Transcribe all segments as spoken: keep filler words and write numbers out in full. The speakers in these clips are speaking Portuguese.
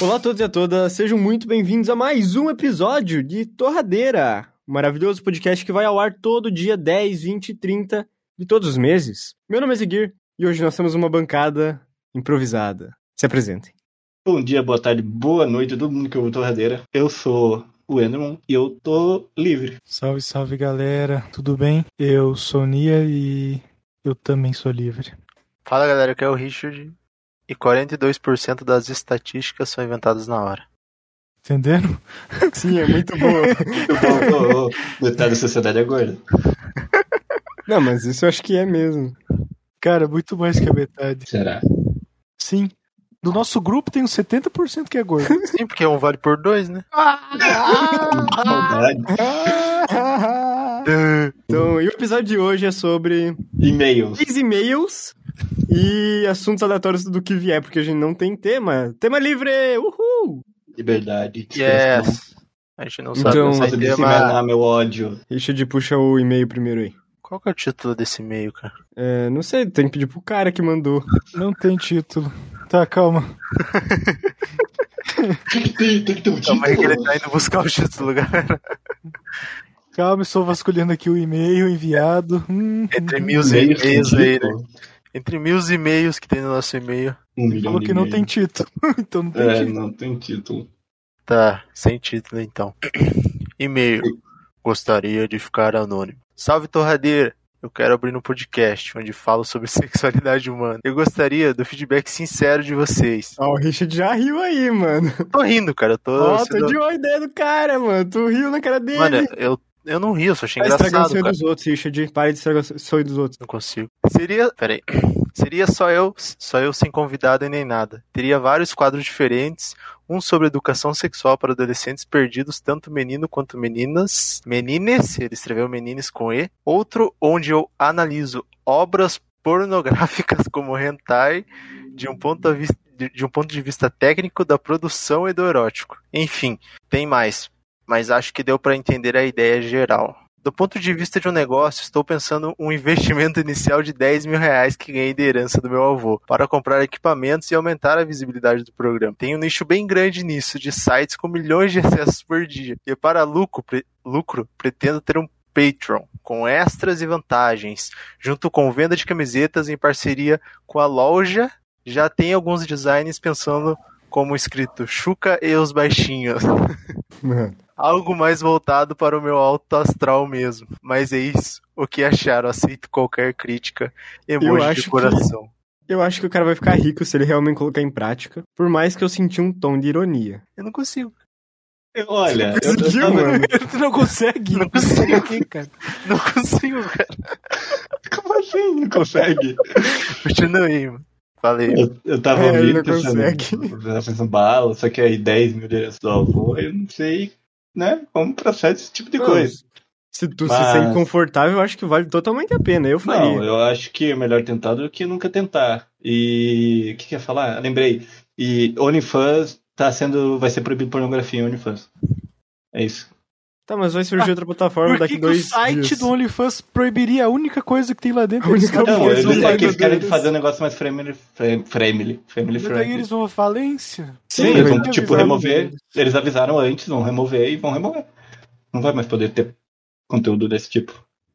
Olá a todos e a todas, sejam muito bem-vindos a mais um episódio de Torradeira, um maravilhoso podcast que vai ao ar todo dia dez, vinte e trinta de todos os meses. Meu nome é Ziguir e hoje nós temos uma bancada improvisada. Se apresentem. Bom dia, boa tarde, boa noite a todo mundo que ouve Torradeira. Eu sou o Enderman e eu tô livre. Salve, salve galera, tudo bem? Eu sou Nia e eu também sou livre. Fala galera, aqui é o Richard e quarenta e dois por cento das estatísticas são inventadas na hora. Entenderam? Sim, é muito boa. Muito bom, oh, oh, metade da sociedade é gorda. Não, mas isso eu acho que é mesmo. Cara, muito mais que a metade. Será? Sim. Do nosso grupo tem uns setenta por cento que é gordo. Sim, porque um vale por dois, né? Saudade. Então, e o episódio de hoje é sobre E-mails. três e-mails e assuntos aleatórios do que vier, porque a gente não tem tema. Tema livre! Uhul! Liberdade. Yes! A gente não sabe Então, essa Posso tema. disseminar meu ódio. Richard, puxa o e-mail primeiro aí. Qual que é o título desse e-mail, cara? É, não sei, tem que pedir pro cara que mandou. Não tem título. Tá, calma. Tem que ter, tem que ter um Calma aí que ele título. tá indo buscar o título, galera. Calma, estou vasculhando aqui o e-mail enviado. Hum, Entre hum, mil Um e-mails e-mail sem aí, né? título. Entre mil e-mails que tem no nosso e-mail. Um milhão Falou de que não tem e-mails. título. Então não tem É, título. não tem título. Tá, sem título então. E-mail. Gostaria de ficar anônimo. Salve Torradeira! Eu quero abrir um podcast onde falo sobre sexualidade humana. Eu gostaria do feedback sincero de vocês. Ó, o Richard já riu aí, mano. Tô rindo, cara. Eu tô. Ó, sendo- tô de uma ideia do cara, mano. Tu riu na cara dele. Mano, eu, eu não rio, eu só achei Tá estragando o engraçado, sonho cara. dos outros, Richard. Para de estragar o sonho dos outros. Não consigo. Seria. Peraí. Seria só eu, só eu sem convidado e nem nada. Teria vários quadros diferentes, um sobre educação sexual para adolescentes perdidos, tanto menino quanto meninas. Menines, ele escreveu menines com E. Outro onde eu analiso obras pornográficas como hentai de um ponto, a vis- de- de um ponto de vista técnico da produção e do erótico. Enfim, tem mais, mas acho que deu para entender a ideia geral. Do ponto de vista de um negócio, estou pensando um investimento inicial de dez mil reais que ganhei de herança do meu avô, para comprar equipamentos e aumentar a visibilidade do programa. Tem um nicho bem grande nisso, de sites com milhões de acessos por dia. E para lucro, pre- lucro pretendo ter um Patreon, com extras e vantagens, junto com venda de camisetas em parceria com a loja. Já tem alguns designs pensando como escrito Chuca e os baixinhos. Mano. Algo mais voltado para o meu alto astral mesmo. Mas é isso. O que acharam? Aceito qualquer crítica. Emoji acho de coração. Eu acho que o cara vai ficar rico se ele realmente colocar em prática. Por mais que eu senti um tom de ironia. Eu não consigo. Eu- Olha, eu, eu Conseguiu, tava... mano? Tu não consegue? Não consigo aqui, cara. Não consigo, cara. Como assim não consegue? Continue, mano. Falei. Eu, eu tava É, ele ouvindo, não pensando, consegue. eu tava pensando, bala, só que aí dez mil de herança do avô, eu não sei, né, como processa esse tipo de Não, coisa. Se tu Mas- se sente confortável, eu acho que vale totalmente a pena. Eu faria. Não, eu acho que é melhor tentar do que nunca tentar. E o que, que eu ia falar? Lembrei. E OnlyFans tá sendo, vai ser proibido pornografia em OnlyFans. É isso. Tá, mas vai surgir outra plataforma Por daqui que, que o dois site dias. do OnlyFans proibiria a única coisa que tem lá dentro? A única Eles coisa. Não, eles eles, vão é que eles fazer querem deles. fazer um negócio mais family, family, family, family Mas daí friendly. eles vão à falência. Sim, Sim, eles vai vão, ter tipo, avisado. remover. Eles avisaram antes, vão remover e vão remover. Não vai mais poder ter conteúdo desse tipo.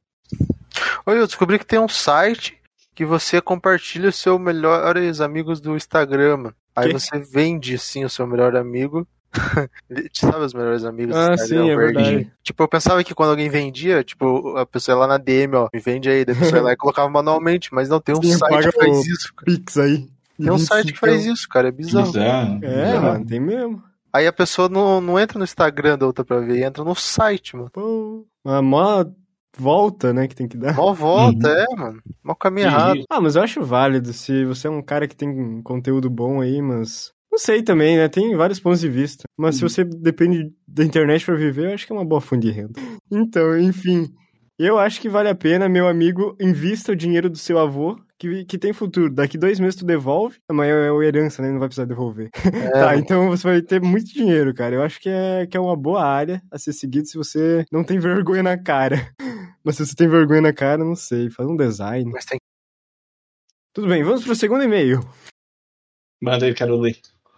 Oi, eu descobri que tem um site que você compartilha os seus melhores amigos do Instagram, mano. Aí Quê? você vende, assim, o seu melhor amigo. Sabe os melhores amigos Ah, do Instagram? sim, é o verdinho? verdade. Tipo, eu pensava que quando alguém vendia, tipo, a pessoa ia lá na D M, ó, me vende aí, daí a pessoa ia lá e colocava manualmente, mas não, tem um Sim, site paga que faz o isso, cara. Pix aí. Tem um site que faz isso, cara, é bizarro. Bizarro. É, bizarro. mano, tem mesmo. Aí a pessoa não, não entra no Instagram da outra pra ver, entra no site, mano. Pô, uma mó volta, né, que tem que dar. Mó volta, Uhum. é, mano. Mó caminho E- errado. Ah, mas eu acho válido se você é um cara que tem conteúdo bom aí, mas... Não sei também, né? Tem vários pontos de vista. Mas se você depende da internet pra viver, eu acho que é uma boa fonte de renda. Então, enfim... Eu acho que vale a pena, meu amigo, invista o dinheiro do seu avô, que, que tem futuro. Daqui dois meses tu devolve, amanhã é uma herança, né? Não vai precisar devolver. É, Tá, então você vai ter muito dinheiro, cara. Eu acho que é, que é uma boa área a ser seguido se você não tem vergonha na cara. Mas se você tem vergonha na cara, não sei, faz um design. mas tem Tudo bem, vamos pro segundo e-mail. Manda aí, quero ler.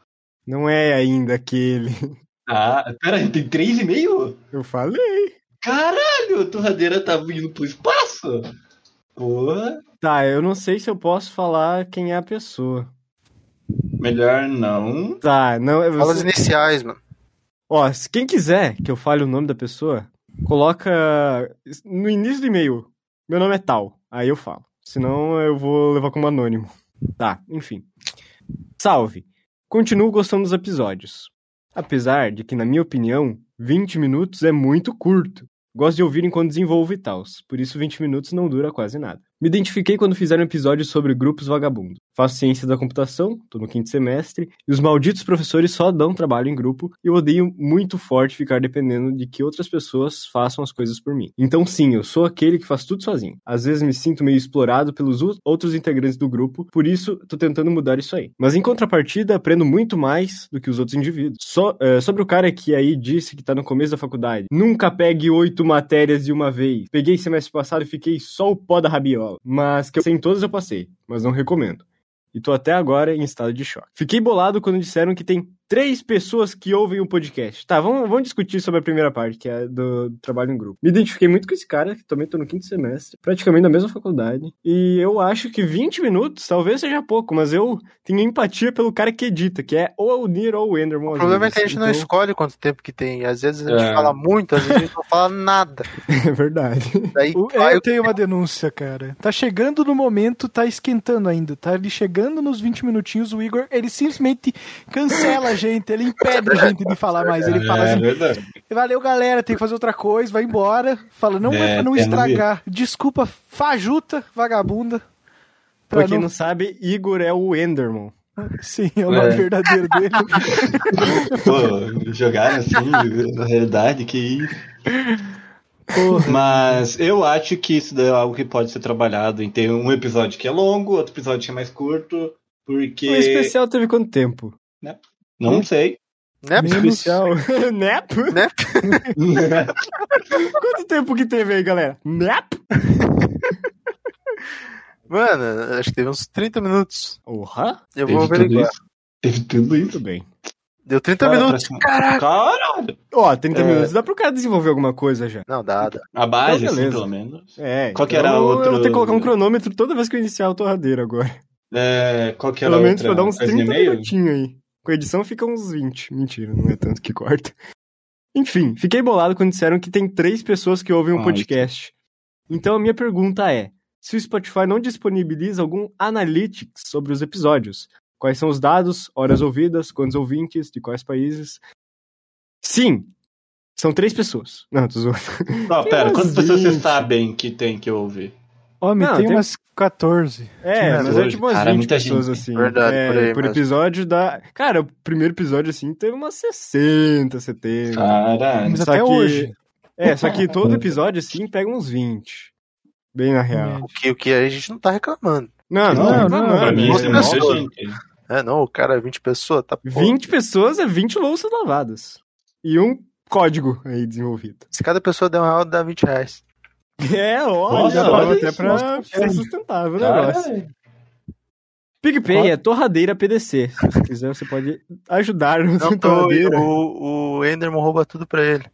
Não é ainda aquele. Ah, pera, tem três e meio? Eu falei. Caralho, a torradeira tá indo pro espaço? Porra. Tá, eu não sei se eu posso falar quem é a pessoa. Melhor não. Tá, não... eu- Fala as iniciais, mano. Ó, se quem quiser que eu fale o nome da pessoa, coloca no início do e-mail. Meu nome é tal. Aí eu falo. Senão eu vou levar como anônimo. Tá, enfim. Salve. Continuo gostando dos episódios. Apesar de que, na minha opinião, vinte minutos é muito curto. Gosto de ouvir enquanto desenvolvo e tal. Por isso, vinte minutos não dura quase nada. Me identifiquei quando fizeram um episódio sobre grupos vagabundos. Faço ciência da computação, tô no quinto semestre, e os malditos professores só dão trabalho em grupo, e eu odeio muito forte ficar dependendo de que outras pessoas façam as coisas por mim. Então sim, eu sou aquele que faz tudo sozinho. Às vezes me sinto meio explorado pelos u- outros integrantes do grupo, por isso tô tentando mudar isso aí. Mas em contrapartida, aprendo muito mais do que os outros indivíduos. So, é, sobre o cara que aí disse que tá no começo da faculdade, nunca pegue oito matérias de uma vez. Peguei semestre passado e fiquei só o pó da rabiola. Mas que eu sei em todas eu passei, mas não recomendo. E tô até agora em estado de choque. Fiquei bolado quando disseram que tem três pessoas que ouvem o podcast. Tá, vamos, vamos discutir sobre a primeira parte, que é do, do trabalho em grupo. Me identifiquei muito com esse cara, que também tô no quinto semestre, praticamente na mesma faculdade. E eu acho que vinte minutos talvez seja pouco, mas eu tenho empatia pelo cara que edita, que é ou o Nier ou o Enderman. O problema é que a gente não então... escolhe quanto tempo que tem. Às vezes a gente É. fala muito, às vezes a gente não fala nada. É verdade. Daí O- vai Eu o- tenho uma denúncia, cara. Tá chegando no momento, tá esquentando ainda. Tá ali chegando nos vinte minutinhos, o Igor, ele simplesmente cancela a gente, ele impede a gente de falar mais. Ele fala É assim, verdade. valeu galera, tem que fazer outra coisa, vai embora. Fala, não, É, é pra não tem a ver. estragar. Desculpa, fajuta, vagabunda. Pra Pra quem não... não sabe, Igor é o Enderman. Sim, é o nome É. verdadeiro dele. Pô, jogaram assim, na realidade, que isso. Porra. Mas eu acho que isso daí é algo que pode ser trabalhado em ter um episódio que é longo, outro episódio que é mais curto, porque... O especial teve quanto tempo? Não sei. Né? Menos- Especial... Nep? Né? Quanto tempo que teve aí, galera? Nep? Mano, acho que teve uns trinta minutos. Porra. Eu Teve vou tudo averiguar. isso. Teve tudo isso. Muito bem. Deu trinta Cara, minutos. próxima- Caraca! Caralho! Ó, trinta É. minutos. Dá pro cara desenvolver alguma coisa já. Não, dá, dá. A base, Então, assim, beleza. pelo menos. É. Qual que então era eu- outro- Eu vou ter que colocar um cronômetro toda vez que eu iniciar a torradeira agora. É, qual que era Pelo menos outra? pra dar uns Coisa de trinta e-mail? minutinhos aí. Com a edição fica uns vinte. Mentira, não é tanto que corta. Enfim, fiquei bolado quando disseram que tem três pessoas que ouvem um Ah, podcast. Então a minha pergunta é, se o Spotify não disponibiliza algum analytics sobre os episódios, quais são os dados, horas ouvidas, quantos ouvintes, de quais países? Sim, são três pessoas. Não, tô zoando. Não, Tem pera, umas quantas pessoas vocês vinte. sabem que tem que ouvir? Homem, Não, tem, tem- umas quatorze. É, mas é hoje. tipo umas Cara, vinte muita pessoas gente. assim. Verdade, É, por aí por mesmo. episódio dá... Cara, o primeiro episódio assim teve umas sessenta, setenta. Caralho. Mas Só até que- hoje. É, só que todo episódio assim pega uns vinte. Bem na real. O que, o que a gente não tá reclamando. Não, não, Não, não, não, não, Pra mim, Nossa, isso é muita pessoa. gente. É, não, o cara é vinte pessoas, tá porra. vinte pessoas é vinte louças lavadas. E um código aí desenvolvido. Se cada pessoa der um real, dá vinte reais. É, ó, Nossa, já dá olha até isso, pra nossa, ser sustentável o negócio. Caralho. PicPay é Torradeira P D C. Se você quiser, você pode ajudar no Não, tô, Torradeira. o, o Enderman rouba tudo pra ele.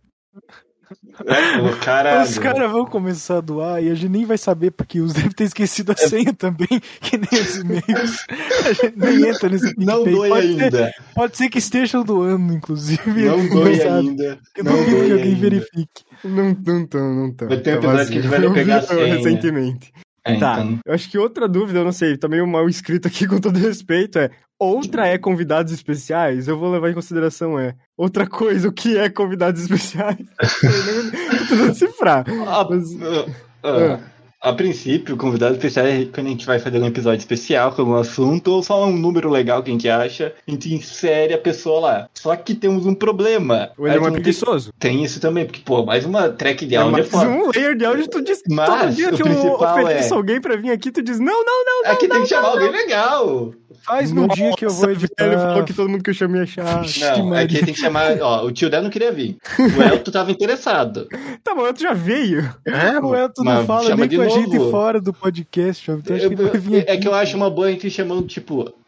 É, o cara. Os caras vão começar a doar e a gente nem vai saber, porque os deve ter esquecido a senha também, que nem os e-mails. A gente nem entra nesse Não PicPay. doe pode ser, ainda. pode ser que estejam doando, inclusive. Não doe sabe? ainda. Eu Não duvido doe que alguém ainda. verifique. Não tão, tão, não tão. Vai ter um Tá episódio que a gente vai vazio. pegar a Eu vi senha. recentemente. É, Tá, então. eu acho que outra dúvida, eu não sei, tá meio mal escrito aqui com todo respeito, é outra é convidados especiais? Eu vou levar em consideração, é outra coisa, o que é convidados especiais? Eu tô tentando decifrar. A, Mas- a- a princípio, o convidado especial é quando a gente vai fazer um episódio especial com algum assunto, ou só um número legal que a gente acha, a gente insere a pessoa lá. Só que temos um problema. Ou ele é A muito gente preguiçoso? tem isso também, porque, pô, mais uma track de áudio é Mas foda. um layer de áudio, tu diz Mas todo dia o que eu principal ofereço é- alguém pra vir aqui, tu diz não, não, não, Aqui tem que chamar alguém legal. Faz no dia que eu vou Nossa, editar. velho, falou que todo mundo que eu chamei é chato. Não, Maria. aqui tem que chamar. Ó, o tio Dan não queria vir. O Elton tava interessado. Tá bom, tu já veio. É, O Elton Mas não fala chama nem de com a novo. gente fora do podcast, ó. Então acho que ele vai vir É aqui. que eu acho uma boa a gente chamando, tipo,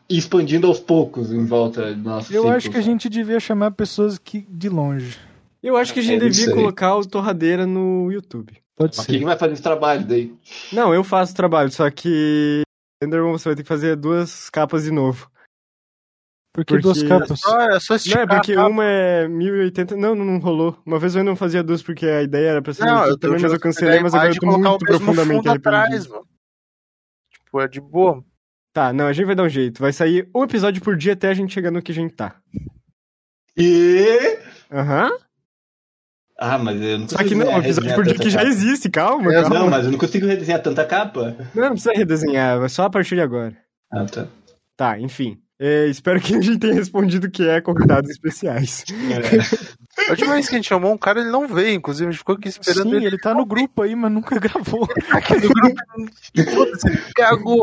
expandindo aos poucos em volta do nosso Eu ciclo. acho que a gente devia chamar pessoas que de longe. Eu acho que a gente É, não devia sei. colocar o Torradeira no YouTube. Pode Mas ser. quem vai fazer esse trabalho daí? Não, eu faço o trabalho, só que... Enderman, você vai ter que fazer duas capas de novo. Por que porque- duas capas? Só, é só Não, esticar é porque a capa. uma é mil e oitenta... Não, não, não rolou. Uma vez eu não fazia duas porque a ideia era pra ser Não, no eu YouTube também, tô mas eu jogando cancelei, a mas agora eu imagem tô e colocar muito o mesmo profundamente fundo atrás, arrependido. mano. Tipo, é de boa. Tá, não, a gente vai dar um jeito. Vai sair um episódio por dia até a gente chegar no que a gente tá. E... Aham. Ah, mas eu não Só consigo que não, um desenhar- episódio redesenhar por dia tanta que já capa. existe, calma, É, calma. Não, mas eu não consigo redesenhar tanta capa. Não, não precisa redesenhar, é só a partir de agora. Ah, tá. Tá, enfim. É, espero que a gente tenha respondido o que é convidados especiais. É. A última vez que a gente chamou um cara, ele não veio. Inclusive, a gente ficou aqui esperando Sim, ele. ele tá no grupo aí, mas nunca gravou. Aqui no grupo. Foda-se, ele cagou.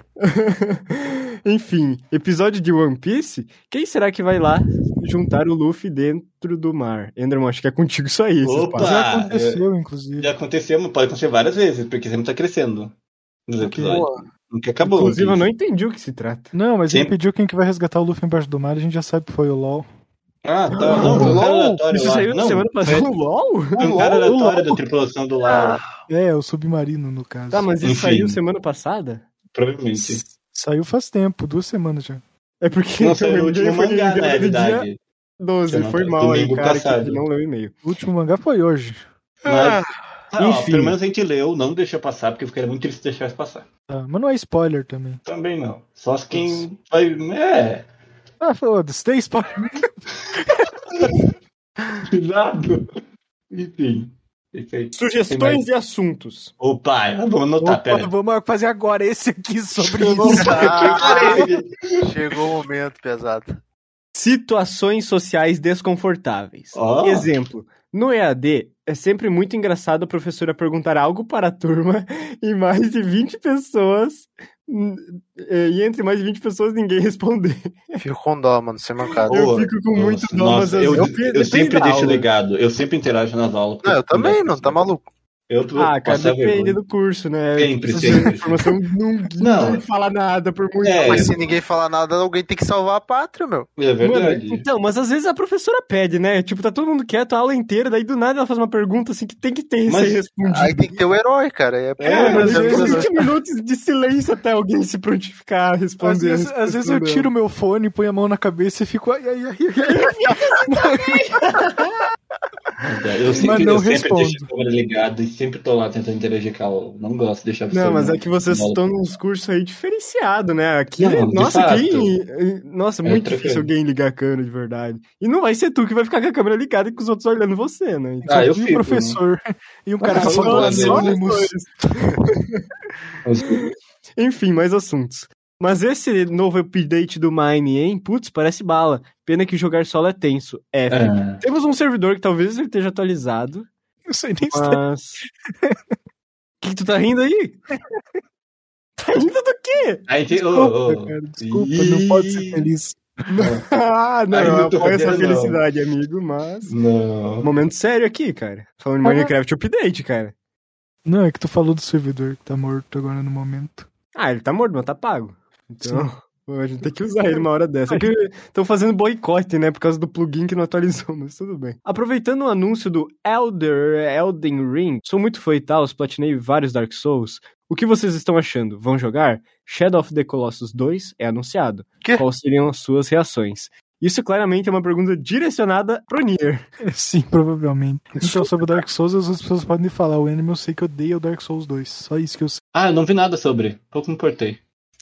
Enfim, episódio de One Piece. Quem será que vai lá juntar o Luffy dentro do mar? Enderman, acho que é contigo isso aí. Esse Opa! espaço. Já aconteceu, inclusive. Já aconteceu, mas pode acontecer várias vezes, porque sempre tá crescendo nos episódios. Boa. Nunca acabou. Inclusive, eu aqui. não entendi o que se trata. Não, mas ele Sempre. pediu quem que vai resgatar o Luffy embaixo do mar, a gente já sabe que foi o LOL. Ah, tá. Não, foi um cara LOL? aleatório Isso lá. saiu Não, semana passada. foi- O LOL? Foi um cara aleatório da tripulação do Lau. É, o submarino, no caso. Tá, mas isso Enfim. saiu semana passada? Provavelmente. Saiu faz tempo, duas semanas já. É porque Não saiu no o último e-mail foi mangá, na enviado no dia realidade. doze. Não, Foi foi mal aí, domingo cara, passado. que não leu o e-mail. O último mangá foi hoje. Mas, ah, ó, Enfim. pelo menos a gente leu, não deixou passar, porque eu ficaria muito triste se deixasse passar. Tá, mas não é spoiler também. Também não. Só se quem vai. É. Ah, foda-se, tem spoiler. Cuidado. Enfim. Isso aí. Sugestões de assuntos. Opa, vamos anotar, Opa, pera. vamos fazer agora esse aqui sobre Eu não isso. sei, Ah, chegou o momento, pesado. Situações sociais desconfortáveis. Ó. Exemplo. No E A D, é sempre muito engraçado a professora perguntar algo para a turma e mais de vinte pessoas... E entre mais de vinte pessoas, ninguém responder. Fico com dó, mano, sem mancada. Eu Boa. fico com muito dó, Nossa, mas eu, eu- eu, depende sempre da deixo aula. ligado. Eu sempre interajo nas aulas. Não, eu também, não, tá maluco. Eu tô Ah, cara, passar depende vergonha. do curso, né? Sempre, Essa sempre. informação não, Não. não fala nada por muito É. Mas se ninguém falar nada, alguém tem que salvar a pátria, meu. É verdade. Mano, então, mas às vezes a professora pede, né? Tipo, tá todo mundo quieto a aula inteira, daí do nada ela faz uma pergunta assim que tem que ter Mas- ser respondida. Aí tem que ter o herói, cara. É, É, É, mas mas às eu- vezes vinte minutos de silêncio até alguém se prontificar a responder. Às vezes, a às resposta vezes eu dela. tiro meu fone, ponho a mão na cabeça e fico. Ai, ai, ai, ai, ai. Eu sempre, Mas não eu sempre respondo. deixo a câmera ligada e sempre tô lá tentando interagir com a aula. Não gosto de deixar a Não, pessoa mas na- é que vocês na aula. estão nos cursos aí diferenciados, né? Aqui, Não, de nossa, fato. quem... Nossa, É muito outra difícil coisa. alguém ligar a câmera de verdade. E não vai ser tu que vai ficar com a câmera ligada e com os outros olhando você, né? Então, Ah, eu e um fico, professor. E um cara Ah, falando só- só anônimos. os dois. Enfim, mais assuntos. Mas esse novo update do Mine, hein? Putz, parece bala. Pena que jogar solo é tenso. F. É. Temos um servidor que talvez ele esteja atualizado, Não sei nem se tá. mas... O que, que tu tá rindo aí? Tá rindo do quê? A gente, Desculpa, ô, ô, cara, desculpa, não pode ser feliz. Ah, não, Ai, eu não tô apoio essa fazendo, não. felicidade, amigo, mas... Não. Momento sério aqui, cara. Falando de Ah. Minecraft Update, cara. Não, é que tu falou do servidor que tá morto agora no momento. Ah, ele tá morto, mas tá pago. Então, a gente tem que usar ele uma hora dessa. É que estão fazendo boicote, né? Por causa do plugin que não atualizou, mas tudo bem. Aproveitando o anúncio do Elder, Elden Ring, sou muito fã e tal, platinei vários Dark Souls. O que vocês estão achando? Vão jogar? Shadow of the Colossus dois é anunciado. Quê? Quais seriam as suas reações? Isso claramente é uma pergunta direcionada pro Nier. Sim, provavelmente. Então, sobre o Dark Souls, as outras pessoas podem me falar. O Enemy eu sei que odeia o Dark Souls dois. Só isso que eu sei. Ah, eu não vi nada sobre. Pouco me importei.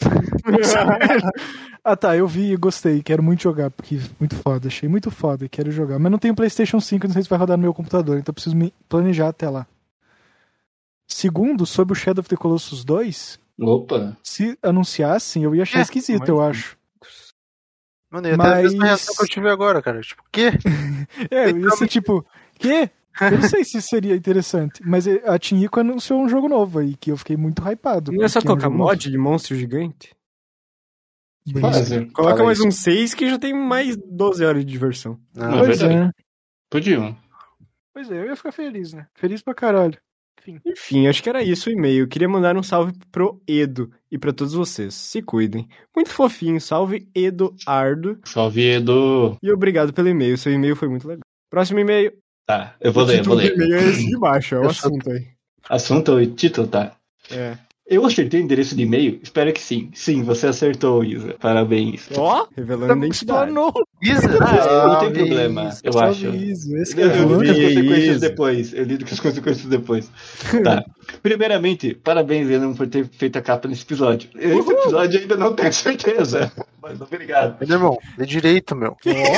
Ah tá, eu vi e gostei. Quero muito jogar, porque muito foda. Achei muito foda e quero jogar. Mas não tenho PlayStation cinco, não sei se vai rodar no meu computador. Então preciso me planejar até lá. Segundo, sobre o Shadow of the Colossus dois, Opa. se anunciassem, eu ia achar É, esquisito, mas- eu acho. Mano, e até a mesma Mas- reação que eu tive agora, cara. Tipo, o quê? É, eu ia ser tipo, quê? Eu não sei se seria interessante, mas a Team Ico anunciou um jogo novo aí, que eu fiquei muito hypado. Não é só porque um colocar jogo mod de monstro gigante? novo. Bem, Quase. Coloca Fala mais isso. um seis que já tem mais doze horas de diversão. Não, Não, Pois verdade. é. Podiam. Pois é, eu ia ficar feliz, né? Feliz pra caralho. Enfim. Enfim, acho que era isso o e-mail. Eu queria mandar um salve pro Edo e pra todos vocês. Se cuidem. Muito fofinho. Salve, Eduardo. Salve, Edu. E obrigado pelo e-mail. Seu e-mail foi muito legal. Próximo e-mail. Tá, eu vou o ler, eu vou título do ler. e-mail é esse de baixo, é o Eu sou- assunto aí. Assunto e título, tá? É. Eu acertei o endereço de e-mail? Espero que sim. Sim, você acertou, Isa. Parabéns. Ó, revelando a identidade. Explanou. Isa, Ah, não tem salve problema, Isa. eu Salve, acho. Isa. Esse que Eu, é eu bom. lido com as Isso. consequências depois. Eu lido com as consequências depois. Tá. Primeiramente, parabéns, Enon, por ter feito a capa nesse episódio. Esse episódio eu ainda não tenho certeza. Mas obrigado. Meu irmão, dê direito, meu.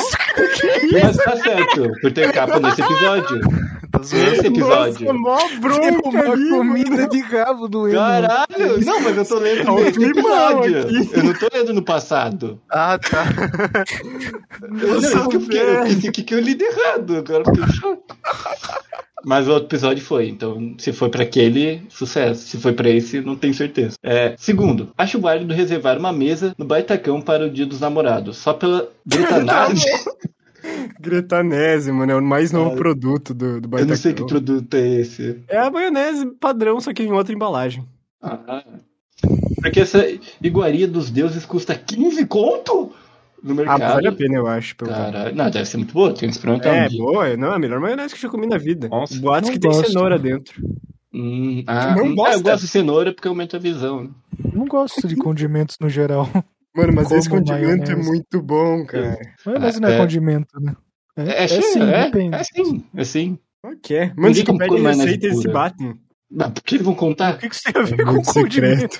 Mas tá certo, por ter capa nesse episódio. Tá zoando. Esse episódio. Nossa, mó Tem bronca uma ali, comida mano. de rabo do Eno. Caralho! Não, mas eu tô lendo Tá um nesse climão episódio. aqui. Eu não tô lendo no passado. Ah, tá. Eu, não, isso que eu, fiquei, eu pensei que, que eu li de errado. Agora eu fiquei em choque. Mas o outro episódio foi. Então, se foi pra aquele, sucesso. Se foi pra esse, não tenho certeza. É, segundo, acho válido reservar uma mesa no Baitacão para o Dia dos Namorados. Só pela gretanagem. Gretanese, mano, é o mais novo Cara, produto do, do Eu Baitacão. não sei que produto é esse. É a maionese padrão, só que em outra embalagem. Ah, porque essa iguaria dos deuses custa quinze conto no Ah, mercado. mas vale a pena, eu acho. Pelo Caralho, não, deve ser muito boa. Tem que experimentar É, um dia. boa. Não, é a melhor maionese que eu já comi na vida. Nossa. Boatos Não que tem gosto. cenoura dentro. Hum, ah, Não hum, gosta? é, eu gosto de cenoura porque aumenta a visão. Né? Não gosto de condimentos no geral. Mano, mas Como esse condimento maionese. é muito bom, cara. Maionese não é, É. condimento, né? É, É, sim, sim, é, depende. é sim, é sim. Ok. Mano, se Ninguém tu pede come maionese receita, eles se pura. batem. Não, por que eles vão contar? O que, que isso tem a ver É com muito condimento?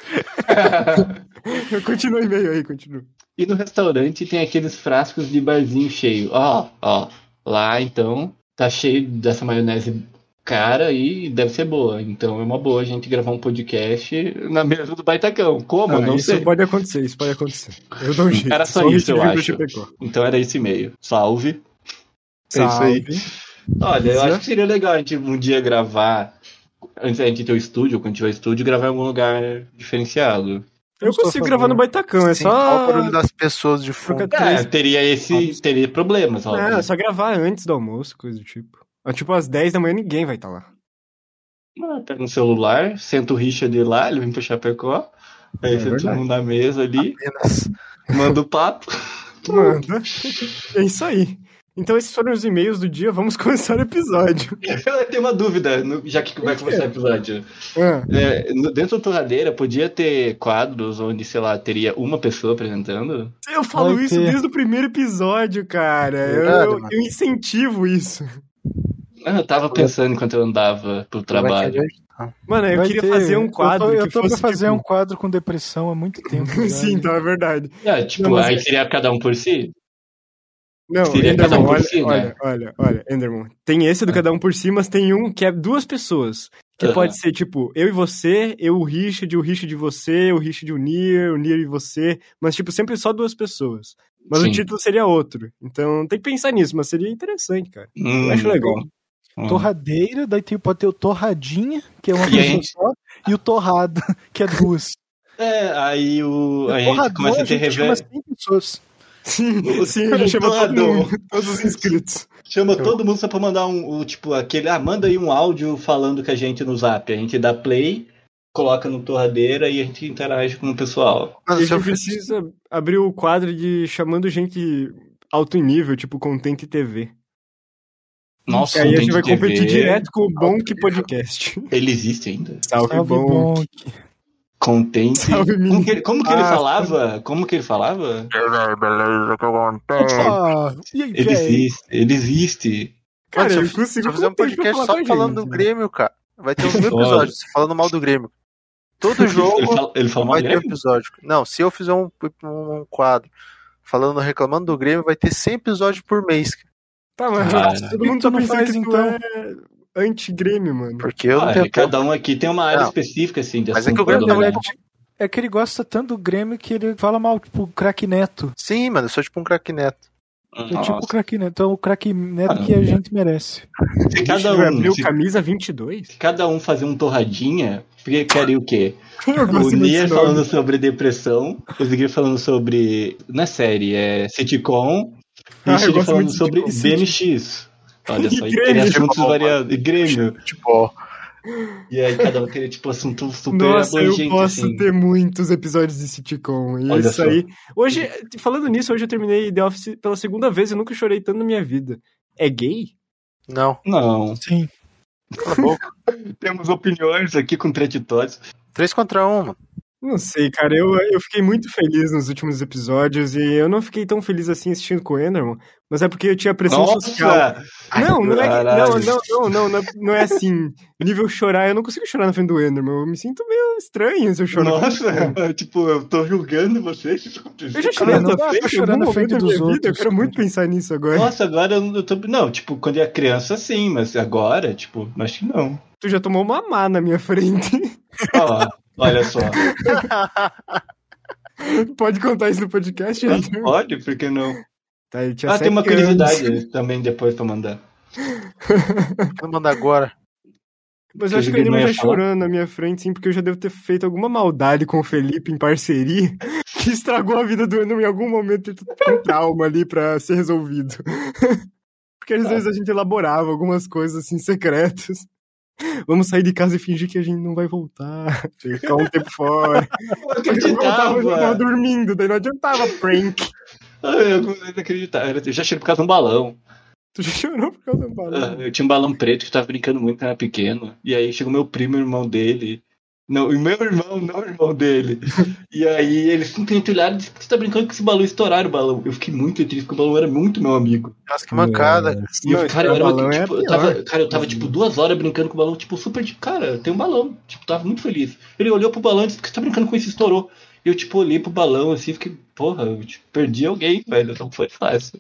Continua o e-mail aí, continua. E no restaurante tem aqueles frascos de barzinho cheio. Ó, ó. Lá, então, tá cheio dessa maionese cara e deve ser boa. Então é uma boa a gente gravar um podcast na mesa do Baitacão. Como? Ah, Não isso sei. pode acontecer, isso pode acontecer. Eu dou um jeito. Era só o isso, eu Vitor acho. Chapecó. Então era esse e-mail. Salve. É isso aí. Salve. Olha, eu Isso. acho que seria legal a gente um dia gravar, antes da gente ter o estúdio, quando tiver o estúdio, gravar em algum lugar diferenciado. Eu Eu sou a consigo favor. gravar no Baitacão, é Sim, olha o só... barulho das pessoas de fundo. Troca É, três. teria esse. Teria problemas, Não, óbvio. é só gravar antes do almoço, coisa do tipo. Ah, Tipo, às dez da manhã ninguém vai estar lá. Ah, pega um celular, senta o Richard lá, ele vem pro Chapecó. Aí É senta todo verdade. mundo na mesa ali, Apenas. manda o papo. Manda. É isso aí. Então esses foram os e-mails do dia, vamos começar o episódio. Eu tenho uma dúvida, no- já que vai começar o episódio. Ah, É, no- dentro da torradeira, podia ter quadros onde, sei lá, teria uma pessoa apresentando? eu falo Vai isso ter. desde o primeiro episódio, cara. Eu, Verdade, eu- mano. eu incentivo isso. Ah, eu tava pensando enquanto eu andava pro trabalho. Mano, eu Vai queria ter. fazer um quadro Eu tô, eu que tô fosse pra fazer tipo... um quadro com depressão há muito tempo. já. Sim, tá, é verdade. Ah, tipo, Não, mas aí é- seria cada um por si? Não, Seria cada Enderman, um por olha, si, né? olha, olha, olha, Enderman. Tem esse do cada um por si, mas tem um que é duas pessoas. Que Aham. pode ser, tipo, eu e você, eu o Richard, o Richard e você, o Richard e o Nier, o Nier e você. Mas, tipo, sempre só duas pessoas. Mas Sim. o título seria outro. Então, tem que pensar nisso, mas seria interessante, cara. Hum, Eu acho legal. hum. Torradeira, daí tem, pode ter o torradinha, que é uma E pessoa aí? só, e o torrado, que é duas. É, aí o, O a gente torrador começa a ter gente chama rever... cem pessoas. Sim, sim, a gente chama todo Torrador. mundo, todos os inscritos. Chama Então. todo mundo só pra mandar um, o, tipo, aquele, ah, manda aí um áudio falando com a gente no Zap. A gente dá play, coloca no torradeira e a gente interage com o pessoal. A Mano, se eu gente fiz- precisa abrir o quadro de chamando gente alto nível, tipo Content T V. Nossa, E aí a tem gente vai T V, competir direto com o Bonk Podcast. Ele existe ainda. Salve, Salve, Bonk. bom. Contente. Salve, Como menino. que, ele- como que ele Ah, falava? Como que ele falava? Beleza, que eu contei. Opa! E aí, Ele véi? existe. Ele existe. Cara, Mano, eu se eu, consigo se eu fizer um contar pra podcast falar só com a falando gente, do né? Grêmio, cara, vai ter uns mil Foda. episódios falando mal do Grêmio. Todo Ele jogo fala, ele fala mal vai ter Grêmio? episódio. Não, se eu fizer um, um quadro falando, reclamando do Grêmio, vai ter cem episódios por mês. cara. Tá, mas Cara. todo mundo Tu tá não pensando faz, que tu então? é anti-Grêmio, mano. Porque eu não Ah, tenho e cada um aqui tem uma área Não. específica, assim, de Mas é assunto que o Grêmio pra também dominar. É que ele gosta tanto do Grêmio que ele fala mal, tipo, o craque Neto. Sim, mano, eu sou tipo um craque neto. É tipo o Nossa. craque Neto. Então o craque Neto Ah, que a gente merece. Se A cada gente vai um, abrir o se, camisa vinte e dois? se cada um fazer um torradinha, porque queria o quê? Eu O gosto muito Nier desse falando nome. sobre depressão, o Ziguir falando sobre. Não é série, é sitcom. E Ah, o eu Chile gosto falando muito de sobre sitcom. B M X. Olha E só, e Grêmio. tem assuntos Futebol, variados. E Grêmio. Tipo, E aí cada um teria, tipo, assunto super Nossa, eu abrangente, posso assim. ter muitos episódios de sitcom. E Olha isso só. aí. Hoje, falando nisso, hoje eu terminei The Office pela segunda vez e nunca chorei tanto na minha vida. É gay? Não. Não. Sim. Cala a boca. Temos opiniões aqui contraditórias. Três contra um, mano. Não sei, cara. Eu, eu fiquei muito feliz nos últimos episódios e eu não fiquei tão feliz assim assistindo com o Enderman, mas é porque eu tinha pressão social. Nossa! Não, não é, que, não, Caralho. não, não, não, não, é, não é assim. Nível chorar, eu não consigo chorar na frente do Enderman. Eu me sinto meio estranho se eu chorar. Nossa, tipo, eu tô julgando vocês. Eu já chorei Cara, não na dá frente, pra chorar em algum na frente momento da dos minha vida. outros, Eu quero muito cara. pensar nisso agora. Nossa, agora eu tô. Não, tipo, quando eu era criança, sim, mas agora, tipo, acho que não. Tu já tomou uma má na minha frente. Ó, olha só. Pode contar isso no podcast, Não Enderman? pode, por que não? Tá, ele tinha Ah, tem uma sete anos. curiosidade também depois pra mandar. Vou mandar agora. Mas Que eu acho o que o Enderman Guilherme tá ia falar? chorando na minha frente, sim, porque eu já devo ter feito alguma maldade com o Felipe em parceria que estragou a vida do Enderman em algum momento. Ele tá com trauma ali pra ser resolvido. Porque às vezes a gente elaborava algumas coisas assim secretas. Vamos sair de casa e fingir que a gente não vai voltar. Tem que ficar um tempo fora. Eu Eu voltava, eu tava acreditava. dormindo, daí não adiantava prank. Ai, eu não acreditava. Eu já chorei por causa de um balão. Tu já chorou por causa do Ah, balão. Eu tinha um balão preto que eu tava brincando muito quando era pequeno. E aí chegou meu primo e o irmão dele. Não, o meu irmão, não o irmão dele. E aí eles simplesmente olharam e disseram que você tá brincando com esse balão e estouraram o balão. Eu fiquei muito triste porque o balão era muito meu amigo. Nossa, que mancada. E eu, Não, cara, eu, estourar era, balão é tipo, eu pior. tava, cara, eu tava tipo duas horas brincando com o balão, tipo, super de cara, tem um balão. Tipo, tava muito feliz. Ele olhou pro balão e disse que você tá brincando com isso e estourou. E eu, tipo, olhei pro balão assim e fiquei, porra, eu tipo, perdi alguém, velho. Não foi fácil.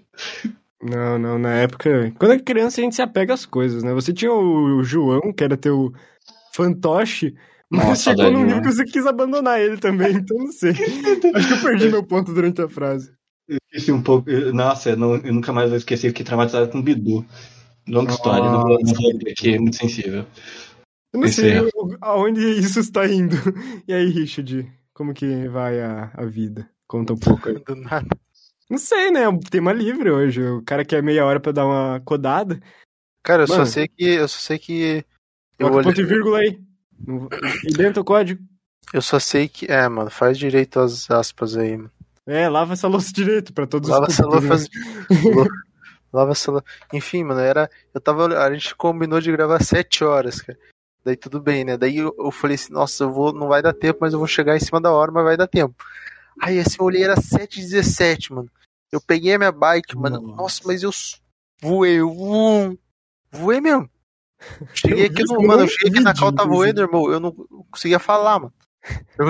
Não, não, na época. Quando é criança a gente se apega às coisas, né? Você tinha o, o João, que era teu fantoche, mas Nossa, chegou velho, num nível né? que você quis abandonar ele também, então não sei. Acho que eu perdi meu ponto durante a frase. Eu esqueci um pouco. eu- Nossa, eu, não, eu nunca mais vou esquecer, eu fiquei traumatizado com o Bidu. Longa história, não vou, não vou abrir aqui, é muito sensível. Eu não Esse sei é. o- aonde isso está indo. E aí, Richard, como que vai a, a vida? Conta um pouco aí. Do nada. Não sei, né? É um tema livre hoje. O cara quer meia hora pra dar uma codada. Cara, eu Mano. só sei que. Eu só sei que. Eu, Coloca olhei- ponto e vírgula aí. Não- E dentro o código. eu só sei que. É, mano, faz direito as aspas aí, mano. É, lava essa louça direito pra todos Lava os essa públicos, louça. né? Lava- Lava essa louça. Enfim, mano, era. Eu tava. A gente combinou de gravar sete horas, cara. Daí tudo bem, né? Daí eu, eu falei assim, nossa, eu vou. Não vai dar tempo, mas eu vou chegar em cima da hora, mas vai dar tempo. Aí assim, eu olhei, era sete e dezessete, mano. Eu peguei a minha bike, mano. Nossa. Nossa, mas eu s- voei, eu voei, voei mesmo. Cheguei Eu aqui vi no. isso Mano, num eu cheguei aqui na vídeo, cal, tava inclusive. voando, irmão. Eu não conseguia falar, mano. Eu,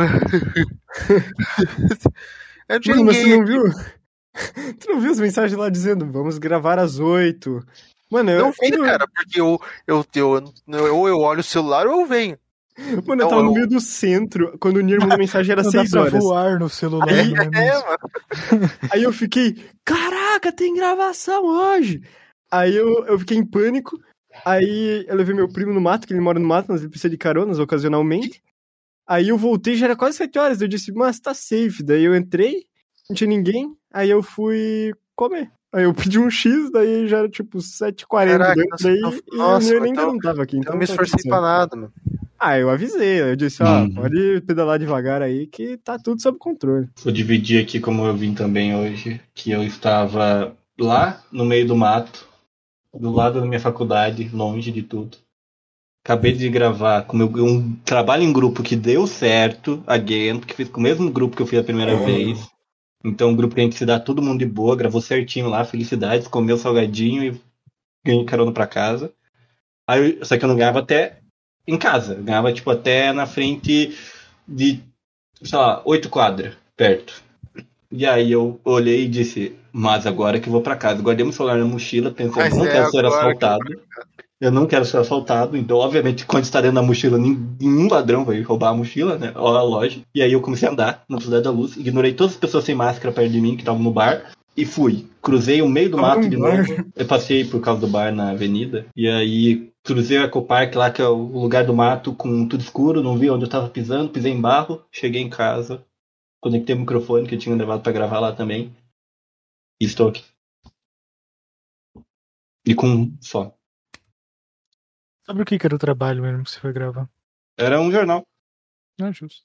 eu não tinha Mano, mas você ninguém. não viu? Tu não viu as mensagens lá dizendo, vamos gravar às oito? Mano, eu, Não vi, quando- cara, porque eu, eu, eu, eu, ou eu olho o celular ou eu venho. Mano, eu Não, tava no eu- meio do centro, quando o Nir mandou mensagem era Não dá seis pra horas. voar no celular, Aí- não é É, mesmo? mano. Aí eu fiquei, caraca, tem gravação hoje! Aí eu, eu fiquei em pânico, aí eu levei meu primo no mato, que ele mora no mato, mas ele precisa de caronas ocasionalmente. Aí eu voltei, já era quase sete horas, eu disse, mas tá safe. Daí eu entrei, não tinha ninguém, aí eu fui comer. Aí eu pedi um X, daí já era tipo sete e quarenta, Caraca, daí eu entrei nossa, e nossa, o Nir ainda então- não tava aqui. Eu Então não me tá tudo esforcei certo. pra nada, mano. Ah, eu avisei, eu disse, ó, Uhum. pode pedalar devagar aí que tá tudo sob controle. Vou dividir aqui como eu vim também hoje, que eu estava lá no meio do mato, do lado da minha faculdade, longe de tudo. Acabei de gravar com meu, um trabalho em grupo que deu certo, again, porque fiz com o mesmo grupo que eu fiz a primeira Oh. vez. Então, um grupo que a gente se dá todo mundo de boa, gravou certinho lá, felicidades, comeu salgadinho e ganhei carona pra casa. Aí, só que eu não ganhava até em casa, eu ganhava tipo até na frente de, sei lá, oito quadras perto. E aí eu olhei e disse, mas agora que eu vou pra casa. Guardei meu celular na mochila, pensando, Mas não é quero ser agora que eu vou assaltado. Eu não quero ser assaltado, então obviamente quando está dentro da mochila, nin- nenhum ladrão vai roubar a mochila, né? Ou a loja. E aí eu comecei a andar na Cidade da Luz, ignorei todas as pessoas sem máscara perto de mim que estavam no bar e fui. Cruzei o meio do Tava mato num de bar. novo. Eu passei por causa do bar na avenida. E aí cruzei o Ecopark lá, que é o lugar do mato com tudo escuro, não vi onde eu tava pisando, pisei em barro, cheguei em casa, conectei o microfone que eu tinha levado pra gravar lá também. E estou aqui. E com fome. Sobre o que que era o trabalho mesmo que você foi gravar? Era um jornal. Não é justo.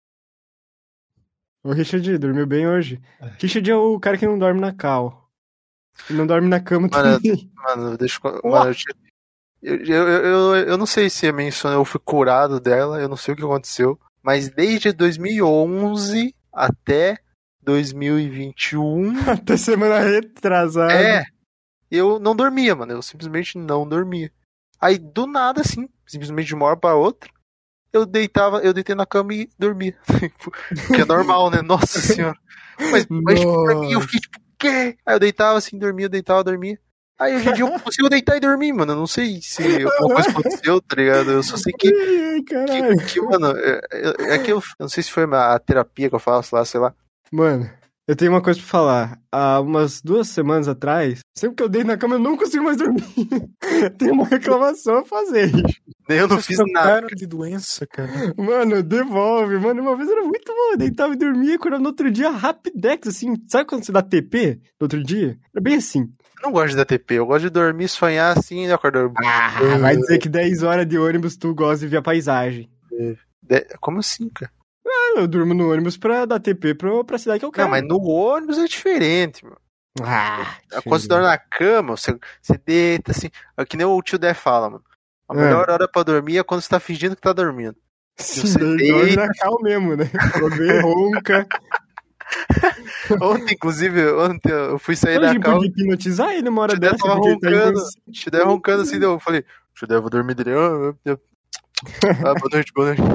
O Richard dormiu bem hoje. Richard é o cara que não dorme na cal. E não dorme na cama Mano, também. Mano, deixa eu. Mano, eu, eu, eu, eu, eu não sei se a minha insônia eu fui curado dela, eu não sei o que aconteceu. Mas desde dois mil e onze até dois mil e vinte e um. Até semana retrasada. É, eu não dormia, mano. Eu simplesmente não dormia. Aí do nada, assim, simplesmente de uma hora pra outra, eu deitava, eu deitei na cama e dormia. Que é normal, né? Nossa senhora. Mas, mas tipo, pra mim eu fiquei tipo, quê? Aí eu deitava assim, dormia, deitava, dormia. Aí hoje em dia eu consigo deitar e dormir, mano. Eu não sei se alguma coisa aconteceu, tá ligado? Eu só sei que. Ai, caralho. que, que mano, é, é, é que eu, eu não sei se foi a terapia que eu faço lá, sei lá. Mano, eu tenho uma coisa pra falar. Há umas duas semanas atrás, sempre que eu deito na cama, eu não consigo mais dormir. Tenho uma reclamação a fazer. Eu não Vocês fiz trocaram nada. de doença, cara. Mano, devolve. Mano, uma vez era muito bom. Eu deitava e dormia, acordava no outro dia rapidex, assim. Sabe quando você dá T P no outro dia? Era bem assim. Eu não gosto de dar T P, eu gosto de dormir, sonhar assim e acordar. Ah, vai dizer que dez horas de ônibus tu gosta de ver a paisagem. De... Como assim, cara? Ah, eu durmo no ônibus pra dar T P pro, pra cidade que eu quero. Não, mas no ônibus é diferente, mano. Ah, Quando você dorme na cama, você, você deita assim. É que nem o tio Dé fala, mano. A melhor é. hora pra dormir é quando você tá fingindo que tá dormindo. Sim, você dorme na cal mesmo, né? Bem ronca. Ontem, inclusive, ontem eu fui sair da cal. Eu podia hipnotizar ele numa hora dessa. Tava roncando. O tio Dé roncando assim, eu falei, tio Dé, eu vou dormir dele. Ah, boa noite, boa noite.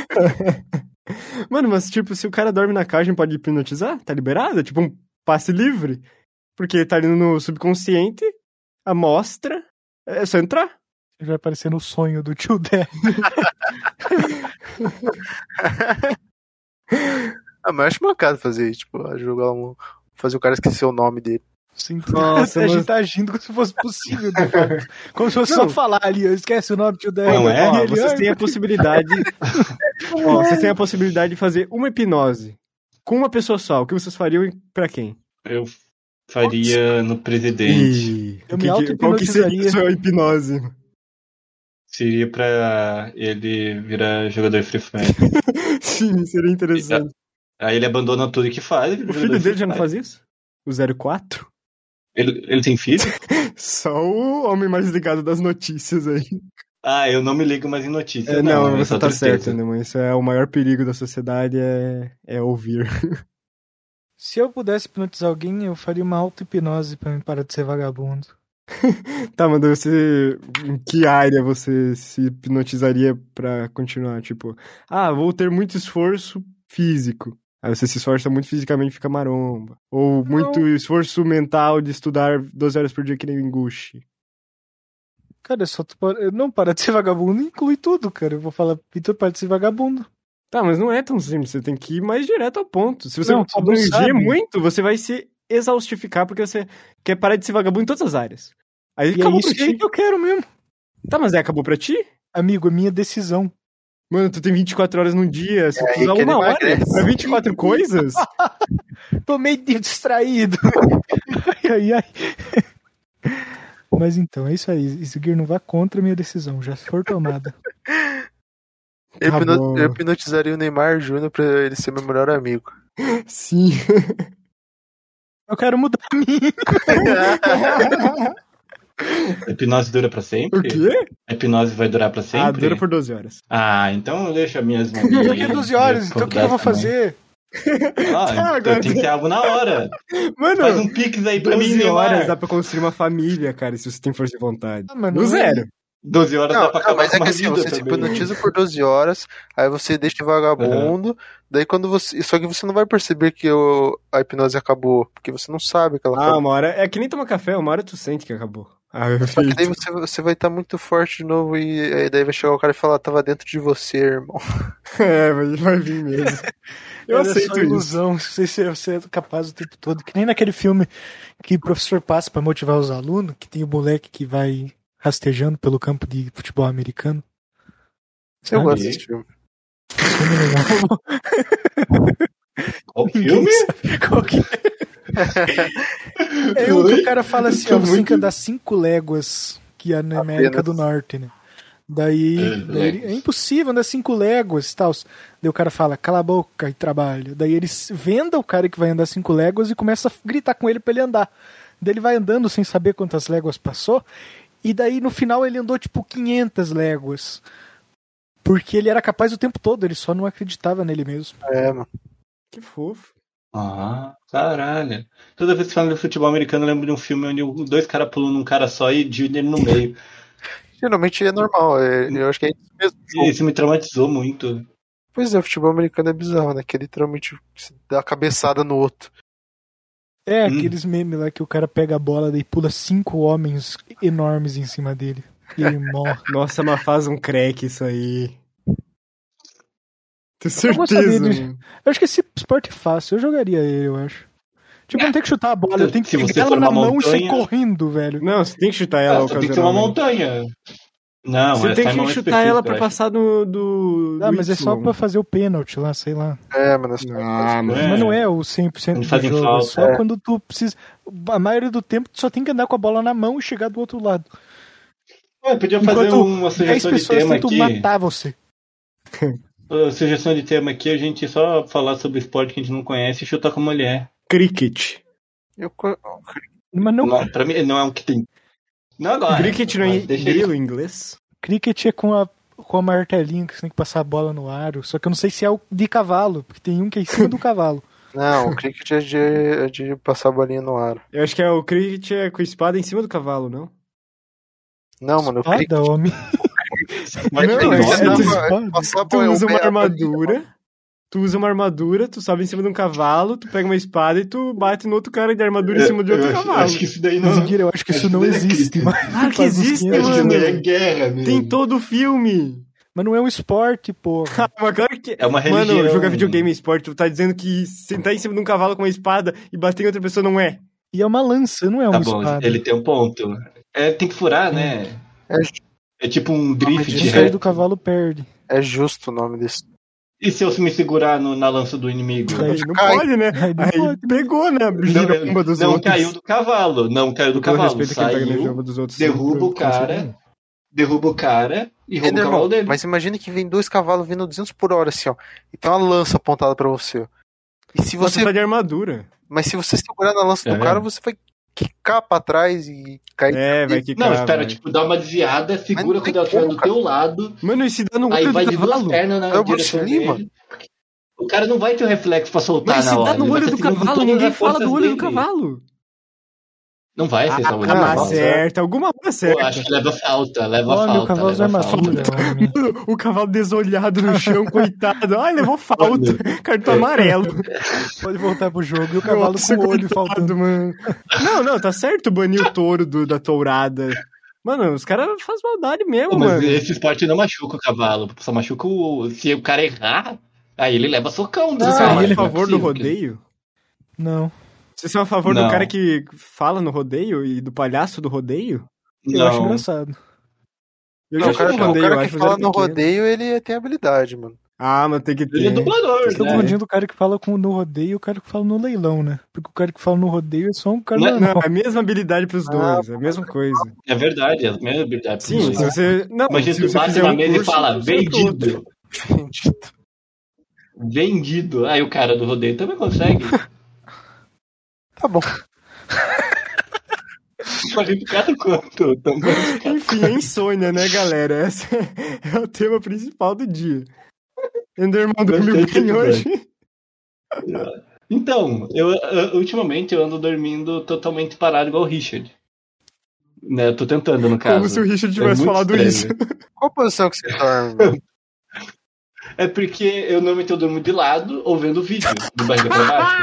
Mano, mas tipo, se o cara dorme na caixa, pode hipnotizar? Tá liberado? É tipo um passe livre? Porque tá ali no subconsciente, amostra, é só entrar. Vai aparecer no sonho do tio Dé. Ah, mas acho mancado fazer isso, tipo, jogar um. Fazer o cara esquecer o nome dele. Sim, nossa, a gente tá agindo como se fosse possível, de fato. Como se fosse não. Só falar ali, eu esquece o nome do tio Dé. Não é? Ó, vocês têm a possibilidade. Ó, vocês têm a possibilidade de fazer uma hipnose com uma pessoa só. O que vocês fariam e pra quem? Eu faria no presidente. E... Eu me que, qual que seria a sua hipnose? Seria pra ele virar jogador Free Fire. Sim, seria interessante. Aí ele abandona tudo que faz. O filho dele já não faz isso? O zero quatro? Ele, ele tem filho? Só o homem mais ligado das notícias aí. Ah, eu não me ligo mais em notícias. É, não, não você tá certo, né, mas isso é o maior perigo da sociedade, é, é ouvir. Se eu pudesse hipnotizar alguém, eu faria uma auto-hipnose pra me parar de ser vagabundo. Tá, mas você... Em que área você se hipnotizaria pra continuar? Tipo, ah, vou ter muito esforço físico. Aí você se esforça muito fisicamente e fica maromba. Ou não. Muito esforço mental de estudar doze horas por dia que nem enguche. Cara, é só tu para... não para de ser vagabundo inclui tudo, cara. Eu vou falar, Vitor, para de ser vagabundo. Tá, mas não é tão simples. Você tem que ir mais direto ao ponto. Se você não, abranger muito, você vai se exaustificar porque você quer parar de ser vagabundo em todas as áreas. Aí e acabou é isso pra ti. Que eu quero mesmo. Tá, mas aí acabou pra ti? Amigo, é minha decisão. Mano, tu tem vinte e quatro horas num dia. Se tu usar uma hora pra vinte e quatro coisas... Tô meio distraído. ai, ai, ai. Mas então, é isso aí. Seguir não vá contra a minha decisão. Já for tomada. Eu, tá hipno- eu hipnotizaria o Neymar Júnior pra ele ser meu melhor amigo. Sim. Eu quero mudar a minha. A hipnose dura pra sempre? O quê? A hipnose vai durar pra sempre? Ah, dura por doze horas. Ah, então deixa minhas... Por que doze horas? Então o que eu vou fazer? Ah, ah, então tem que ser algo na hora. Mano, faz um pix aí pra mim, doze horas dá pra construir uma família, cara, se você tem força de vontade. Ah, no zero. É... doze horas não, dá pra acabar não, mas com é que assim, você se hipnotiza por doze horas, aí você deixa vagabundo, uhum. Daí quando você... Só que você não vai perceber que o... a hipnose acabou, porque você não sabe que ela acabou. Ah, uma hora... É que nem tomar café, uma hora tu sente que acabou. Ah, só que daí você, você vai estar muito forte de novo e aí daí vai chegar o cara e falar, tava dentro de você, irmão. É, mas vai vir mesmo. Eu Olha aceito só, ilusão, isso. Não sei se você é capaz o tempo todo. Que nem naquele filme que o professor passa pra motivar os alunos, que tem o moleque que vai rastejando pelo campo de futebol americano. Eu gosto desse filme. Qual filme? Qual que é? É o que o cara fala assim, ó, você tem que andar cinco léguas que é na América do Norte, né? Daí, É, daí ele, é impossível andar cinco léguas e tal. Daí o cara fala, cala a boca e trabalha. Daí eles vendam o cara que vai andar cinco léguas e começa a gritar com ele pra ele andar. Daí ele vai andando sem saber quantas léguas passou. E daí no final ele andou tipo quinhentas léguas. Porque ele era capaz o tempo todo, ele só não acreditava nele mesmo. É, mano. Que fofo. Ah, caralho. Toda vez que falo de futebol americano, eu lembro de um filme onde dois caras pulam num cara só e dividem ele no meio. Geralmente é normal, é, eu acho que é isso mesmo. E isso me traumatizou muito. Pois é, o futebol americano é bizarro, né? Que literalmente dá a cabeçada no outro. É, Hum. aqueles memes lá que o cara pega a bola daí pula cinco homens enormes em cima dele. E ele morre. Nossa, mas faz um crack isso aí. Tenho Eu gostaria certeza, de- mano. Eu acho que esse esporte é fácil, eu jogaria ele, eu acho. Tipo, não tem que chutar a bola, eu tenho que Se você pegar ela for na uma mão e sair montanha- correndo, velho. Não, você tem que chutar Ah, ela só tem que ser uma ocasionalmente. montanha. Não, Você é tem só em que momento chutar ela específico, pra eu acho. passar do, do, Ah, do mas é só Y. pra fazer o pênalti lá, sei lá. É, mano. Essa... Ah, mano. É. Mas não é o cem por cento Eles do fazem jogo, falta, é só é. quando tu precisa... A maioria do tempo tu só tem que andar com a bola na mão e chegar do outro lado. Ué, podia fazer Enquanto uma dez sugestão de pessoas tema tentam aqui. matar você. A sugestão de tema aqui, a gente só falar sobre esporte que a gente não conhece e chutar como ele é. Cricket. Eu... co- Mas não, Não, pra mim, não é um que tem. Não agora. Cricket não é mas deixa aí. grilo em inglês? cricket é com a, com a martelinho que você tem que passar a bola no aro. Só que eu não sei se é o de cavalo, porque tem um que é em cima do cavalo. Não, o cricket é de, é de passar a bolinha no ar. Eu acho que é o cricket é com espada em cima do cavalo, não? Não, mano, o cricket Espada, homem. Mas Não, tem é nome? isso é Não, tu- espada. passar a Tu bolinha- usa uma o pé- armadura, tu usa uma armadura, tu sobe em cima de um cavalo, tu pega uma espada e tu bate no outro cara de armadura em cima de outro eu, acho- cavalo. acho que isso daí não. Zigueira, eu acho que isso acho não que daí é existe, cricket. mas Claro que faz uns existe, Eu acho que isso mano. daí é guerra mesmo. Tem todo o filme. Mas não é um esporte, porra. Mas claro que... É uma religião. Mano, jogar videogame é esporte, tu tá dizendo que sentar em cima de um cavalo com uma espada e bater em outra pessoa não é. E é uma lança, não é Tá uma bom, espada. ele tem um ponto. É, tem que furar, né? É, É tipo um drift Quem cair do reto. cavalo perde. é justo o nome desse. E se eu me segurar no- na lança do inimigo? Aí não Cai. pode, né? Aí não Aí pode. pegou, né? Não, Gira a bomba dos não outros. caiu do cavalo. Não caiu do Com todo cavalo. respeito a quem tá na Saiu, bomba dos outros. derruba eu o cara, consigo. derruba o cara e rouba o Enderman, cavalo dele. mas imagine que vem dois cavalos vindo duzentos por hora, assim, ó. E tem uma lança apontada pra você. ó. E se Você você. tá de armadura. Mas se você segurar na lança É. do cara, você vai quicar pra trás e cair. É, vai que Não, espera, tipo, dá uma desviada, segura não tem quando ela estiver como, do cara. teu lado, Mano, e se dá no aí olho vai do de duas cavalo? pernas na É o Bruce direção Lee, dele. mano. O cara não vai ter o reflexo pra soltar Mas na se hora. dá no ele vai olho tá do segurando cavalo, todas ninguém as fala do forças olho do dele. cavalo. Não vai Ah, acertar o olho do mas cavalo. acerta, alguma hora Eu acerta. acho que leva falta, leva Olha, falta. o cavalo leva usa armadura. falta. homem. O cavalo desolhado no chão, coitado. Ai, levou falta. Cartão amarelo. Pode voltar pro jogo e o cavalo Nossa, com o olho coitado, faltando. mano. Não, não, tá certo banir o touro do, da tourada. Mano, os caras fazem maldade mesmo, Pô, mas mano. esse esporte não machuca o cavalo, só machuca o. Se o cara errar, aí ele leva socão. do Vocês cara, são a não é favor do possível. rodeio? Não. Vocês são a favor Não. do cara que fala no rodeio e do palhaço do rodeio? Eu acho Não. engraçado. Eu Não, já o cara, fui no o rodeio, cara eu que acho, mas fala era no pequeno. rodeio, ele tem habilidade, mano. Ah, mas tem que ter. Ele é dublador, Vocês estão né? confundindo o cara que fala com, no rodeio e o cara que fala no leilão, né? Porque o cara que fala no rodeio é só um cara Não é- normal. Não, é a mesma habilidade pros Ah, dois, é a mesma coisa. É verdade, é a mesma habilidade. Sim, se você. Não, Imagina se tu você bate fizer na um mesa e curso, fala, você acerta o outro. vendido. Vendido. Aí o cara do rodeio também consegue. Tá bom. Qualificado quanto? Também. Enfim, é insônia, né, galera? Esse é o tema principal do dia. Enderman dormiu Gostei bem disso, hoje. Então, eu, eu- ultimamente eu ando dormindo totalmente parado igual o Richard. Né, eu tô tentando, no caso. Como se o Richard É tivesse muito falado estranho. isso. Qual posição que você dorme, mano? É porque eu normalmente eu durmo de lado ou vendo vídeo de barriga pra baixo.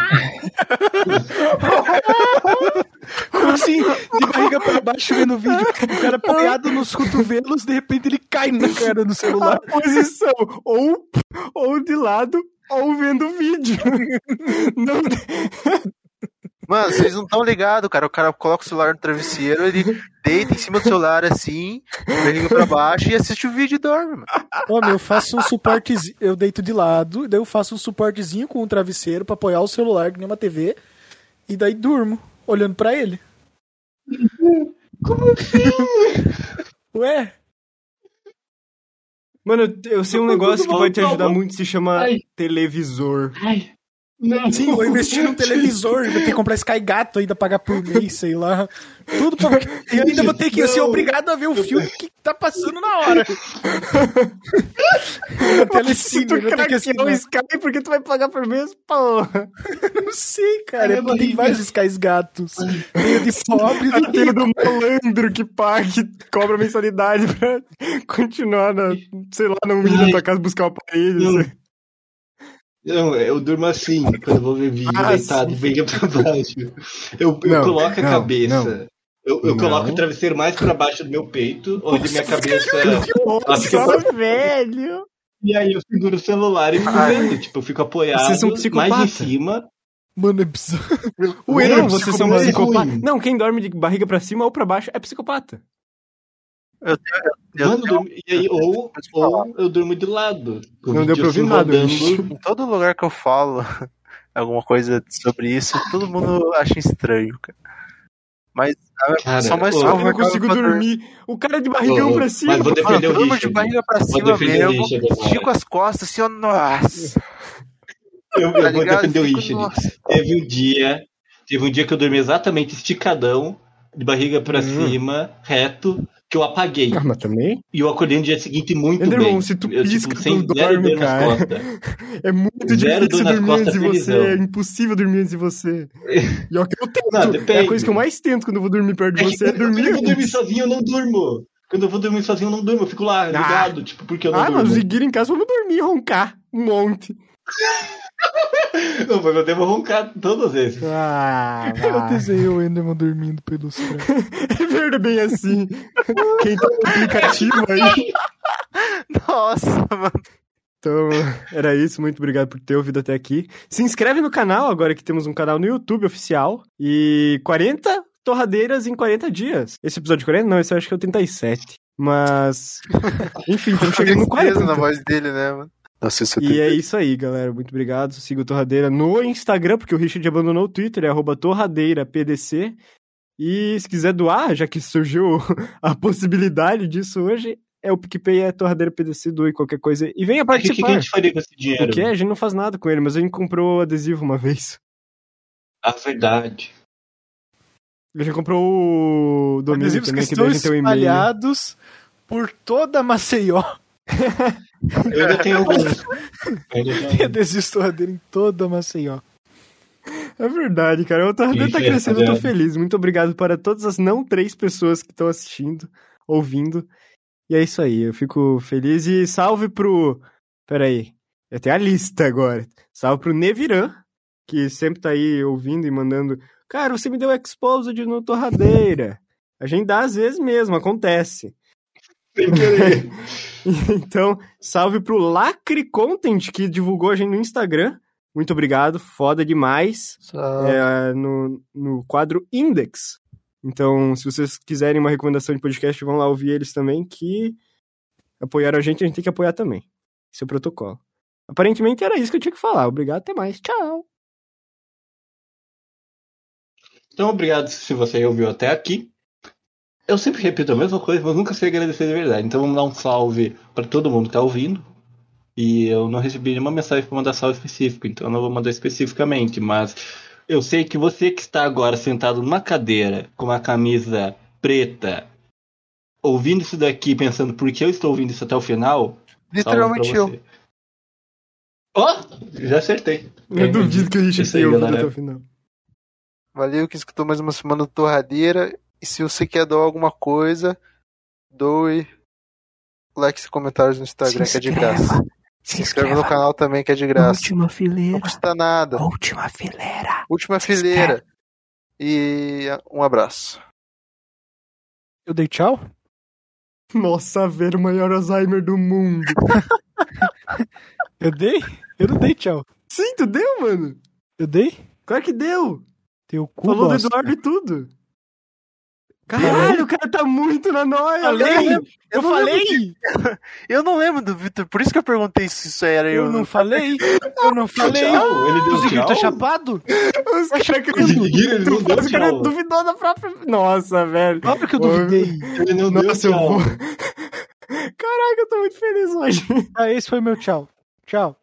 Como assim? De barriga pra baixo vendo o vídeo, o cara apoiado nos cotovelos, de repente ele cai na cara do celular. A posição, ou, ou de lado, ou vendo vídeo. Não, Mano, vocês não estão ligados, cara. O cara coloca o celular no travesseiro, ele deita em cima do celular assim, barriga pra baixo e assiste o vídeo e dorme, mano. Ó, meu, eu faço um suportezinho, eu deito de lado, daí eu faço um suportezinho com um travesseiro pra apoiar o celular que nem uma T V, e daí durmo, olhando pra ele. Como assim? Ué? Mano, eu, eu sei um negócio que vai te ajudar muito, se chama Ai. televisor. Ai. Não. Sim, vou investir num televisor, vou ter que comprar Sky Gato ainda, pagar por mês, sei lá. Tudo pra... E ainda vou ter que ser obrigado a ver o filme que tá passando na hora. Na telecine, Se tu eu vou ter que craquear assinar. o Sky, por que tu vai pagar por mês, porra? Não sei, cara. Ai, É porque tem barriga. vários Skys Gatos. Tem o de pobre e do Tem o rico. do malandro que paga, que cobra mensalidade pra continuar na, sei lá, não ir na tua casa buscar o aparelho. Não. sei. Não, eu durmo assim, quando eu vou ver vídeo Ah, deitado, sim. venha pra baixo. Eu, eu Não, coloco a não, cabeça. não. Eu, eu Não. coloco o travesseiro mais pra baixo do meu peito, onde minha cabeça. ela fica- Nossa, velho! E aí eu seguro o celular e fico vendo. Tipo, eu fico apoiado Vocês são psicopata. mais em cima. Mano, é bizarro. O Não, erro, não, vocês são psicopata é psicopata. ruim. Não, quem dorme de barriga pra cima ou pra baixo é psicopata. Eu tenho, eu Mano, tenho- durmo- e aí, ou, Pode falar. ou eu durmo de lado. Com o Não deu vídeo pra ouvir assim nada, rodando. bicho. Em todo lugar que eu falo alguma coisa sobre isso, todo mundo acha estranho, cara. Mas a Cara, só mais ô, Eu não confortável consigo pra dormir. dormir. O cara de barrigão Ô, pra mas cima. vou Mano, defender o eu durmo de Richard. barriga pra Vou cima defender o mesmo, Richard agora. estico as costas assim, ó, nossa. Eu, eu Tá vou ligado? defender o Fico, Richard. nossa. Teve um dia. Teve um dia que eu dormi exatamente esticadão, de barriga pra Hum. cima, reto, que eu apaguei. Ah, mas também? E eu acordei no dia seguinte muito Enderman, bem. se tu eu, pisca, tipo, sem tu zero dorme, dor nas cara. costas. É muito Zero difícil dor nas dormir costas, antes de você. felizão. É impossível dormir antes de você. E é o que eu tento. Não, É a depende. coisa que eu mais tento quando eu vou dormir perto de É que você. É quando, quando dormir eu vou dormir antes. sozinho, eu não durmo. Quando eu vou dormir sozinho, eu não durmo. Eu fico lá, ligado. Tipo, porque eu não Ah, mas durmo. os Zigueira em casa vamos dormir, roncar. Um monte. Não, mas eu devo roncar todas vezes. Ah, Eu vai. desenhei o Enderman dormindo pra ilustrar. É verdade, bem assim. Quem tá no aplicativo aí. Nossa, mano. Então, era isso. Muito obrigado por ter ouvido até aqui. Se inscreve no canal, agora que temos um canal no YouTube oficial. E quarenta torradeiras em quarenta dias. Esse episódio de quarenta? Não, esse eu acho que é o trinta e sete. Mas, enfim, estamos chegando no Tristeza quarenta. na voz dele, né, mano? Nossa, isso E é isso aí, galera. Muito obrigado. Siga o Torradeira no Instagram, porque o Richard abandonou o Twitter, é arroba torradeirapdc. E se quiser doar, já que surgiu a possibilidade disso hoje, é o PicPay, é torradeirapdc, doe qualquer coisa. E venha O que, que participar. a gente faria com esse dinheiro? O que? A gente não faz nada com ele, mas a gente comprou adesivo uma vez. A verdade. A gente comprou o domínio Adesivos que também, que estão daí a gente tem um e-mail. espalhados por toda Maceió. Eu ainda tenho alguns. Eu ainda tenho Tem alguns. adesivos torradeiro em toda Maceió. É verdade, cara. O Torradeira tá Isso, crescendo, eu tô rapaziada. feliz. Muito obrigado para todas as não três pessoas que estão assistindo, ouvindo. E é isso aí, eu fico feliz. E salve pro... Pera aí, eu tenho a lista agora. Salve pro Neviran, que sempre tá aí ouvindo e mandando... Cara, você me deu exposed no Torradeira. A gente dá às vezes mesmo, acontece. Sem querer. Então, salve pro Lacre Content, que divulgou a gente no Instagram. Muito obrigado, foda demais. Só... É, no, no quadro Index. Então, se vocês quiserem uma recomendação de podcast, vão lá ouvir eles também, que apoiaram a gente, a gente tem que apoiar também. Esse é o protocolo. Aparentemente era isso que eu tinha que falar. Obrigado, até mais. Tchau. Então, obrigado se você ouviu até aqui. Eu sempre repito a mesma coisa, mas nunca sei agradecer de verdade. Então vamos dar um salve para todo mundo que tá ouvindo. E eu não recebi nenhuma mensagem para mandar salve específico, então eu não vou mandar especificamente. Mas eu sei que você que está agora sentado numa cadeira com uma camisa preta, ouvindo isso daqui, pensando por que eu estou ouvindo isso até o final, Literalmente salve eu. pra você. Ó, já acertei. Eu duvido que a gente Isso aí, tenha ouvido galera. até o final. Valeu que escutou mais uma semana do Torradeira. E se você quer doar alguma coisa, doe likes e comentários no Instagram, que é de graça. Se inscreve no canal também, que é de graça. Última fileira. Não custa nada. Última fileira. Última fileira. E um abraço. Eu dei tchau? Nossa, ver o maior Alzheimer do mundo. Eu dei? Eu não dei tchau. Sim, tu deu, mano. Eu dei? Claro que deu. Teu cu, Falou do bosta. Eduardo e tudo. Caralho, o cara tá muito na noia, Falei? velho. Eu não falei? lembro Eu não lembro do Vitor, por isso que eu perguntei se isso era eu. Eu não falei? Eu não falei? Tchau, ele deu O Ziguinho tá tchau? chapado? Os caras O Ziguinho, ele não deu Os caras tchau. duvidou da própria... Nossa, velho. Óbvio que eu duvidei. Ele não deu Nossa, eu tchau. vou... Caraca, eu tô muito feliz hoje. Ah, esse foi meu tchau. Tchau.